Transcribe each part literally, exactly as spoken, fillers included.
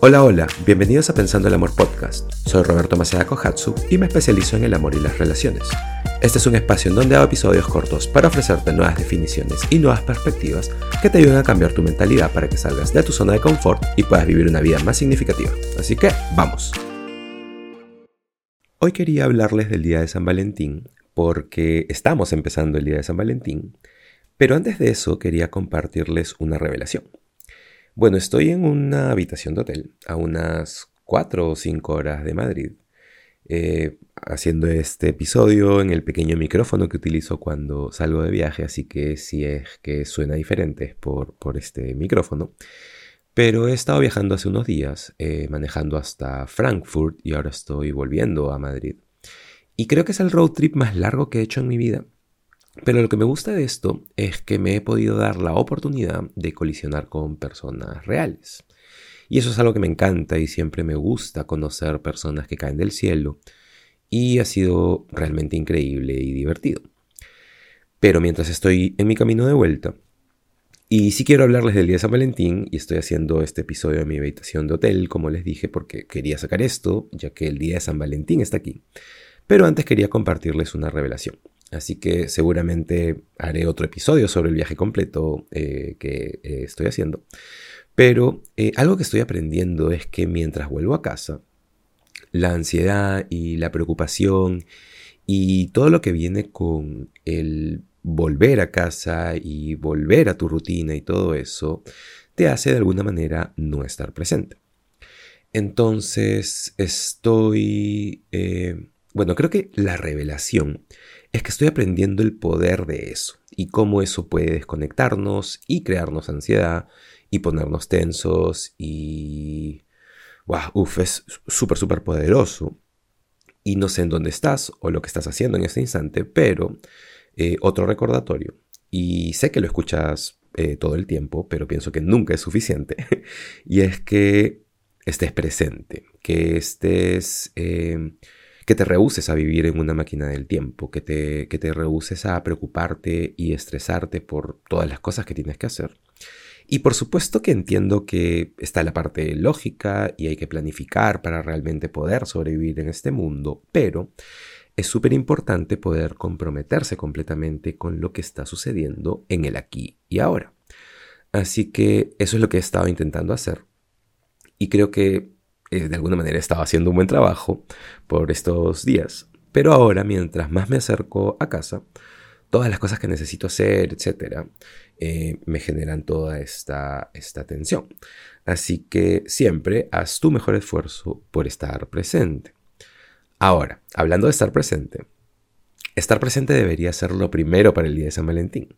Hola, hola, bienvenidos a Pensando el Amor Podcast. Soy Roberto Maceda Kohatsu y me especializo en el amor y las relaciones. Este es un espacio en donde hago episodios cortos para ofrecerte nuevas definiciones y nuevas perspectivas que te ayuden a cambiar tu mentalidad para que salgas de tu zona de confort y puedas vivir una vida más significativa. Así que, ¡vamos! Hoy quería hablarles del Día de San Valentín porque estamos empezando el Día de San Valentín, pero antes de eso quería compartirles una revelación. Bueno, estoy en una habitación de hotel a unas cuatro o cinco horas de Madrid, eh, haciendo este episodio en el pequeño micrófono que utilizo cuando salgo de viaje, así que si es que suena diferente es por, por este micrófono. Pero he estado viajando hace unos días, eh, manejando hasta Frankfurt y ahora estoy volviendo a Madrid. Y creo que es el road trip más largo que he hecho en mi vida. Pero lo que me gusta de esto es que me he podido dar la oportunidad de colisionar con personas reales. Y eso es algo que me encanta y siempre me gusta conocer personas que caen del cielo. Y ha sido realmente increíble y divertido. Pero mientras estoy en mi camino de vuelta, y sí quiero hablarles del Día de San Valentín, y estoy haciendo este episodio en mi habitación de hotel, como les dije, porque quería sacar esto, ya que el Día de San Valentín está aquí. Pero antes quería compartirles una revelación. Así que seguramente haré otro episodio sobre el viaje completo eh, que eh, estoy haciendo. Pero eh, algo que estoy aprendiendo es que mientras vuelvo a casa, la ansiedad y la preocupación y todo lo que viene con el volver a casa y volver a tu rutina y todo eso, te hace de alguna manera no estar presente. Entonces estoy... Eh, bueno, creo que la revelación es que estoy aprendiendo el poder de eso y cómo eso puede desconectarnos y crearnos ansiedad y ponernos tensos y... ¡Wow! Uf, es súper, súper poderoso. Y no sé en dónde estás o lo que estás haciendo en este instante, pero eh, otro recordatorio. Y sé que lo escuchas eh, todo el tiempo, pero pienso que nunca es suficiente. Y es que estés presente, que estés... Eh, que te rehúses a vivir en una máquina del tiempo, que te, que te rehúses a preocuparte y estresarte por todas las cosas que tienes que hacer. Y por supuesto que entiendo que está la parte lógica y hay que planificar para realmente poder sobrevivir en este mundo, pero es súper importante poder comprometerse completamente con lo que está sucediendo en el aquí y ahora. Así que eso es lo que he estado intentando hacer y creo que eh, de alguna manera he estado haciendo un buen trabajo por estos días. Pero ahora, mientras más me acerco a casa, todas las cosas que necesito hacer, etcétera, eh, me generan toda esta, esta tensión. Así que siempre haz tu mejor esfuerzo por estar presente. Ahora, hablando de estar presente, estar presente debería ser lo primero para el Día de San Valentín.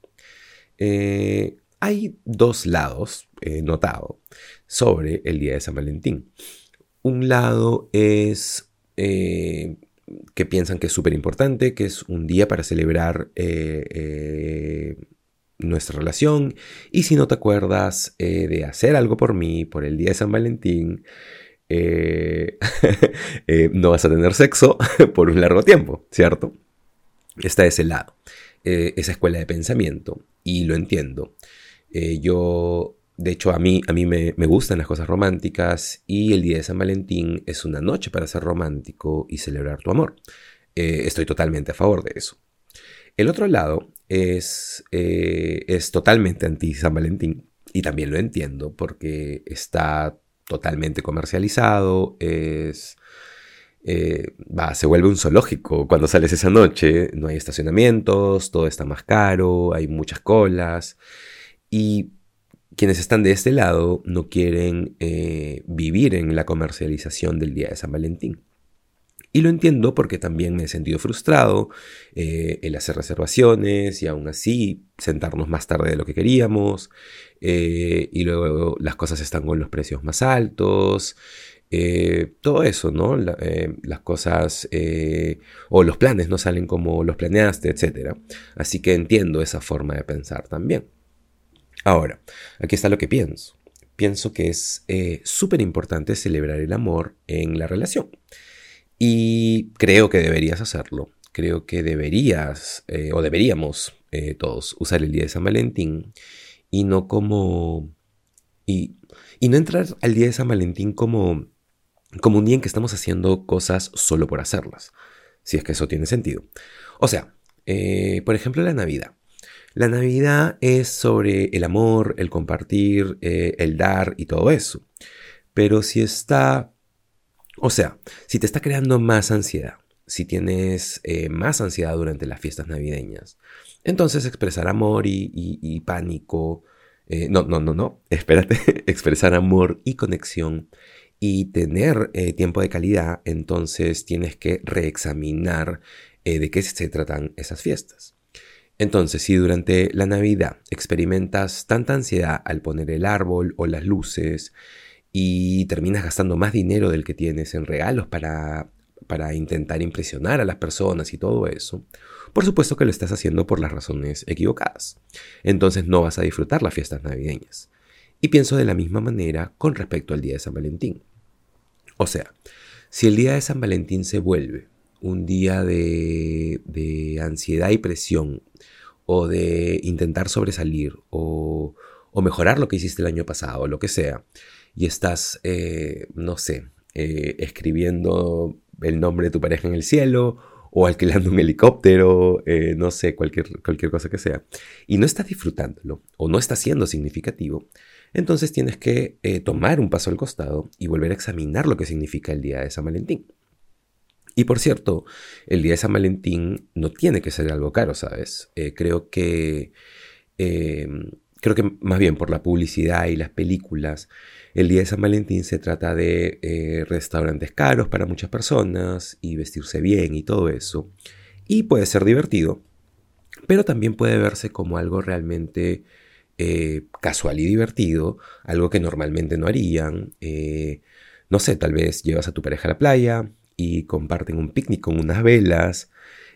Eh, hay dos lados, he eh, notado, sobre el Día de San Valentín. Un lado es eh, que piensan que es súper importante, que es un día para celebrar eh, eh, nuestra relación. Y si no te acuerdas eh, de hacer algo por mí, por el Día de San Valentín, eh, eh, no vas a tener sexo por un largo tiempo, ¿cierto? Está ese lado, eh, esa escuela de pensamiento. Y lo entiendo. Eh, yo... De hecho, a mí, a mí me, me gustan las cosas románticas y el Día de San Valentín es una noche para ser romántico y celebrar tu amor. Eh, estoy totalmente a favor de eso. El otro lado es, eh, es totalmente anti-San Valentín y también lo entiendo porque está totalmente comercializado, es... Eh, va, se vuelve un zoológico cuando sales esa noche, no hay estacionamientos, todo está más caro, hay muchas colas y... Quienes están de este lado no quieren eh, vivir en la comercialización del Día de San Valentín. Y lo entiendo porque también me he sentido frustrado eh, el hacer reservaciones y aún así sentarnos más tarde de lo que queríamos. Eh, y luego las cosas están con los precios más altos. Eh, todo eso, ¿no? La, eh, las cosas eh, o los planes no salen como los planeaste, etcétera. Así que entiendo esa forma de pensar también. Ahora, aquí está lo que pienso. Pienso que es eh, súper importante celebrar el amor en la relación. Y creo que deberías hacerlo. Creo que deberías, eh, o deberíamos eh, todos, usar el Día de San Valentín. Y no como Y, y no entrar al día de San Valentín como, como un día en que estamos haciendo cosas solo por hacerlas, si es que eso tiene sentido. O sea, eh, por ejemplo, la Navidad. La Navidad es sobre el amor, el compartir, eh, el dar y todo eso. Pero si está, o sea, si te está creando más ansiedad, si tienes eh, más ansiedad durante las fiestas navideñas, entonces expresar amor y, y- y pánico, eh, no, no, no, no, espérate, expresar amor y conexión y tener eh, tiempo de calidad, entonces tienes que reexaminar eh, de qué se tratan esas fiestas. Entonces, si durante la Navidad experimentas tanta ansiedad al poner el árbol o las luces y terminas gastando más dinero del que tienes en regalos para, para intentar impresionar a las personas y todo eso, por supuesto que lo estás haciendo por las razones equivocadas. Entonces no vas a disfrutar las fiestas navideñas. Y pienso de la misma manera con respecto al día de San Valentín. O sea, si el día de San Valentín se vuelve un día de, de ansiedad y presión, o de intentar sobresalir, o, o mejorar lo que hiciste el año pasado, o lo que sea, y estás, eh, no sé, eh, escribiendo el nombre de tu pareja en el cielo, o alquilando un helicóptero, eh, no sé, cualquier, cualquier cosa que sea, y no estás disfrutándolo, o no está siendo significativo, entonces tienes que eh, tomar un paso al costado y volver a examinar lo que significa el día de San Valentín. Y por cierto, el día de San Valentín no tiene que ser algo caro, ¿sabes? Eh, creo que, eh, creo que más bien por la publicidad y las películas, el día de San Valentín se trata de eh, restaurantes caros para muchas personas y vestirse bien y todo eso. Y puede ser divertido, pero también puede verse como algo realmente eh, casual y divertido, algo que normalmente no harían. Eh, no sé, tal vez llevas a tu pareja a la playa y comparten un picnic con unas velas.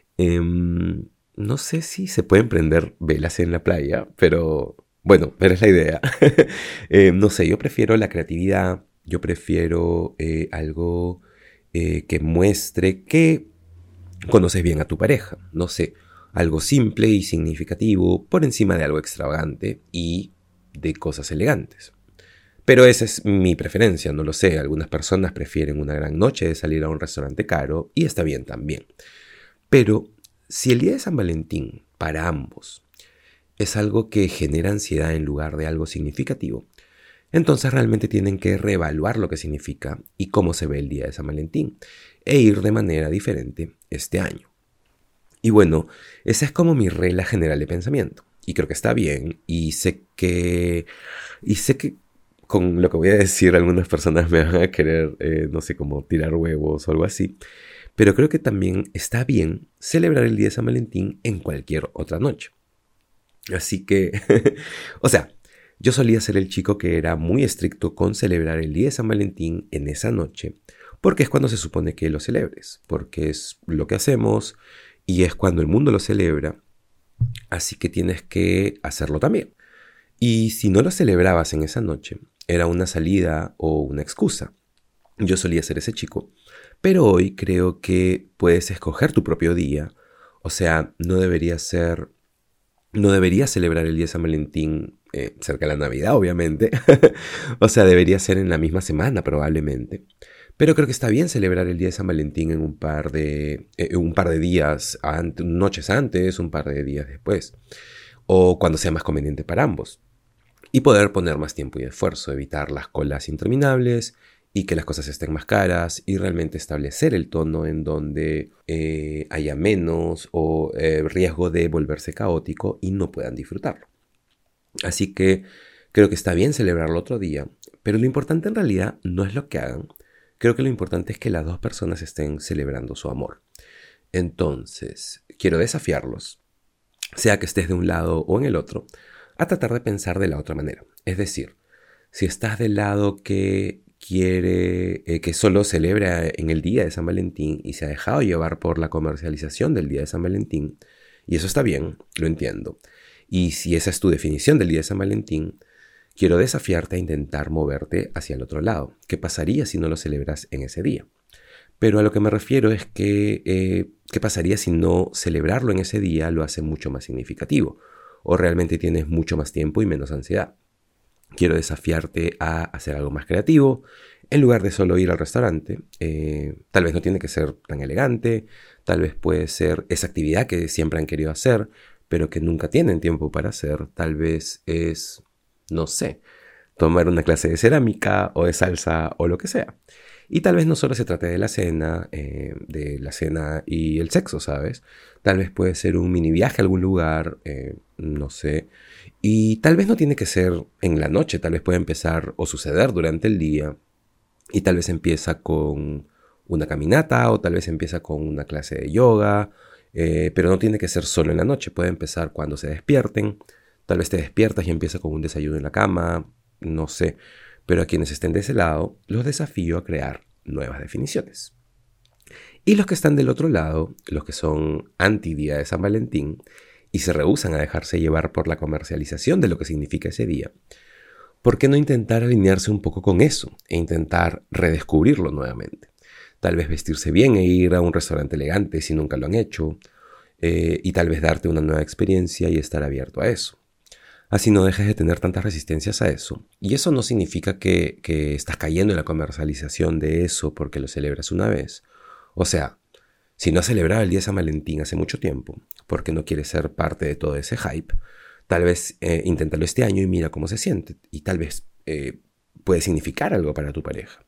Em, no sé si se pueden prender velas en la playa, pero bueno, pero es la idea. Eh, no sé, yo prefiero la creatividad, yo prefiero eh, algo eh, que muestre que conoces bien a tu pareja. No sé, algo simple y significativo por encima de algo extravagante y de cosas elegantes. Pero esa es mi preferencia, no lo sé. Algunas personas prefieren una gran noche de salir a un restaurante caro y está bien también. Pero si el día de San Valentín, para ambos, es algo que genera ansiedad en lugar de algo significativo, entonces realmente tienen que reevaluar lo que significa y cómo se ve el día de San Valentín e ir de manera diferente este año. Y bueno, esa es como mi regla general de pensamiento. Y creo que está bien. Y sé que. Y sé que con lo que voy a decir, algunas personas me van a querer, eh, no sé, como tirar huevos o algo así. Pero creo que también está bien celebrar el día de San Valentín en cualquier otra noche. Así que, o sea, yo solía ser el chico que era muy estricto con celebrar el día de San Valentín en esa noche, porque es cuando se supone que lo celebres, porque es lo que hacemos y es cuando el mundo lo celebra, así que tienes que hacerlo también. Y si no lo celebrabas en esa noche, era una salida o una excusa. Yo solía ser ese chico, pero hoy creo que puedes escoger tu propio día, o sea, no debería ser no debería celebrar el día de San Valentín eh, cerca de la Navidad, obviamente. O sea, debería ser en la misma semana probablemente. Pero creo que está bien celebrar el día de San Valentín en un par de, eh, un par de días, ante, noches antes, un par de días después. O cuando sea más conveniente para ambos. Y poder poner más tiempo y esfuerzo, evitar las colas interminables y que las cosas estén más caras y realmente establecer el tono en donde eh, haya menos o eh, riesgo de volverse caótico y no puedan disfrutarlo. Así que creo que está bien celebrarlo otro día, pero lo importante en realidad no es lo que hagan. Creo que lo importante es que las dos personas estén celebrando su amor. Entonces, quiero desafiarlos, sea que estés de un lado o en el otro, a tratar de pensar de la otra manera. Es decir, si estás del lado que quiere, eh, que solo celebra en el día de San Valentín y se ha dejado llevar por la comercialización del día de San Valentín, y eso está bien, lo entiendo. Y si esa es tu definición del día de San Valentín, quiero desafiarte a intentar moverte hacia el otro lado. ¿Qué pasaría si no lo celebras en ese día? Pero a lo que me refiero es que, eh, ¿qué pasaría si no celebrarlo en ese día lo hace mucho más significativo? O realmente tienes mucho más tiempo y menos ansiedad. quiero desafiarte a hacer algo más creativo. En lugar de solo ir al restaurante, eh, tal vez no tiene que ser tan elegante, tal vez puede ser esa actividad que siempre han querido hacer, pero que nunca tienen tiempo para hacer. Tal vez es, no sé, tomar una clase de cerámica o de salsa o lo que sea. Y tal vez no solo se trate de la cena, eh, de la cena y el sexo, ¿sabes? Tal vez puede ser un mini viaje a algún lugar, eh, no sé. Y tal vez no tiene que ser en la noche, tal vez puede empezar o suceder durante el día. Y tal vez empieza con una caminata o tal vez empieza con una clase de yoga, eh, pero no tiene que ser solo en la noche, puede empezar cuando se despierten. Tal vez te despiertas y empieza con un desayuno en la cama, no sé. Pero a quienes estén de ese lado, los desafío a crear nuevas definiciones. Y los que están del otro lado, los que son anti-día de San Valentín y se rehúsan a dejarse llevar por la comercialización de lo que significa ese día, ¿por qué no intentar alinearse un poco con eso e intentar redescubrirlo nuevamente? Tal vez vestirse bien e ir a un restaurante elegante si nunca lo han hecho, eh, y tal vez darte una nueva experiencia y estar abierto a eso. Así no dejes de tener tantas resistencias a eso. Y eso no significa que, que estás cayendo en la comercialización de eso porque lo celebras una vez. O sea, si no has celebrado el día de San Valentín hace mucho tiempo, porque no quieres ser parte de todo ese hype, tal vez eh, inténtalo este año y mira cómo se siente. Y tal vez eh, puede significar algo para tu pareja.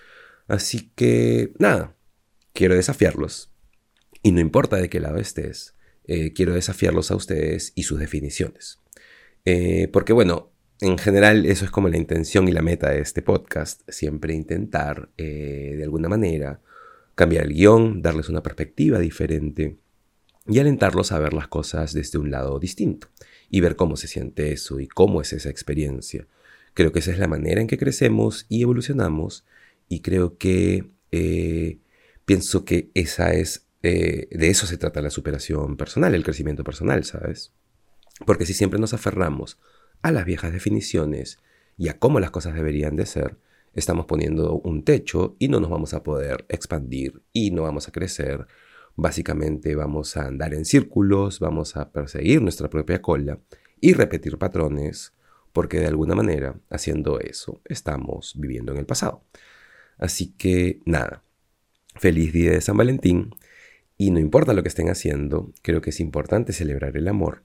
Así que, nada, quiero desafiarlos. Y no importa de qué lado estés, eh, quiero desafiarlos a ustedes y sus definiciones. Eh, porque, bueno, en general eso es como la intención y la meta de este podcast. Siempre intentar, eh, de alguna manera, cambiar el guión, darles una perspectiva diferente y alentarlos a ver las cosas desde un lado distinto. Y ver cómo se siente eso y cómo es esa experiencia. Creo que esa es la manera en que crecemos y evolucionamos. Y creo que eh, pienso que esa es, eh, de eso se trata la superación personal, el crecimiento personal, ¿sabes? Porque si siempre nos aferramos a las viejas definiciones y a cómo las cosas deberían de ser, estamos poniendo un techo y no nos vamos a poder expandir y no vamos a crecer. Básicamente vamos a andar en círculos, vamos a perseguir nuestra propia cola y repetir patrones, porque de alguna manera, haciendo eso, estamos viviendo en el pasado. Así que nada, feliz día de San Valentín y no importa lo que estén haciendo, creo que es importante celebrar el amor.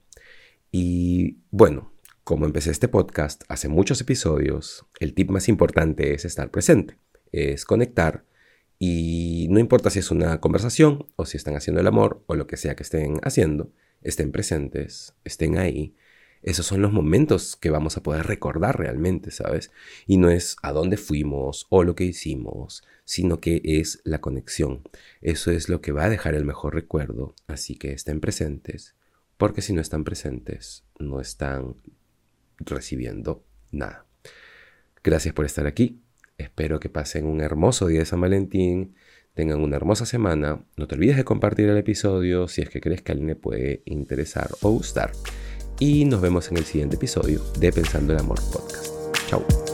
Y bueno, como empecé este podcast hace muchos episodios, el tip más importante es estar presente, es conectar. Y no importa si es una conversación o si están haciendo el amor o lo que sea que estén haciendo, estén presentes, estén ahí. Esos son los momentos que vamos a poder recordar realmente, ¿sabes? Y no es a dónde fuimos o lo que hicimos, sino que es la conexión. Eso es lo que va a dejar el mejor recuerdo, así que estén presentes, porque si no están presentes, no están recibiendo nada. Gracias por estar aquí. Espero que pasen un hermoso día de San Valentín, tengan una hermosa semana. No te olvides de compartir el episodio si es que crees que a alguien le puede interesar o gustar. Y nos vemos en el siguiente episodio de Pensando el Amor Podcast. Chao.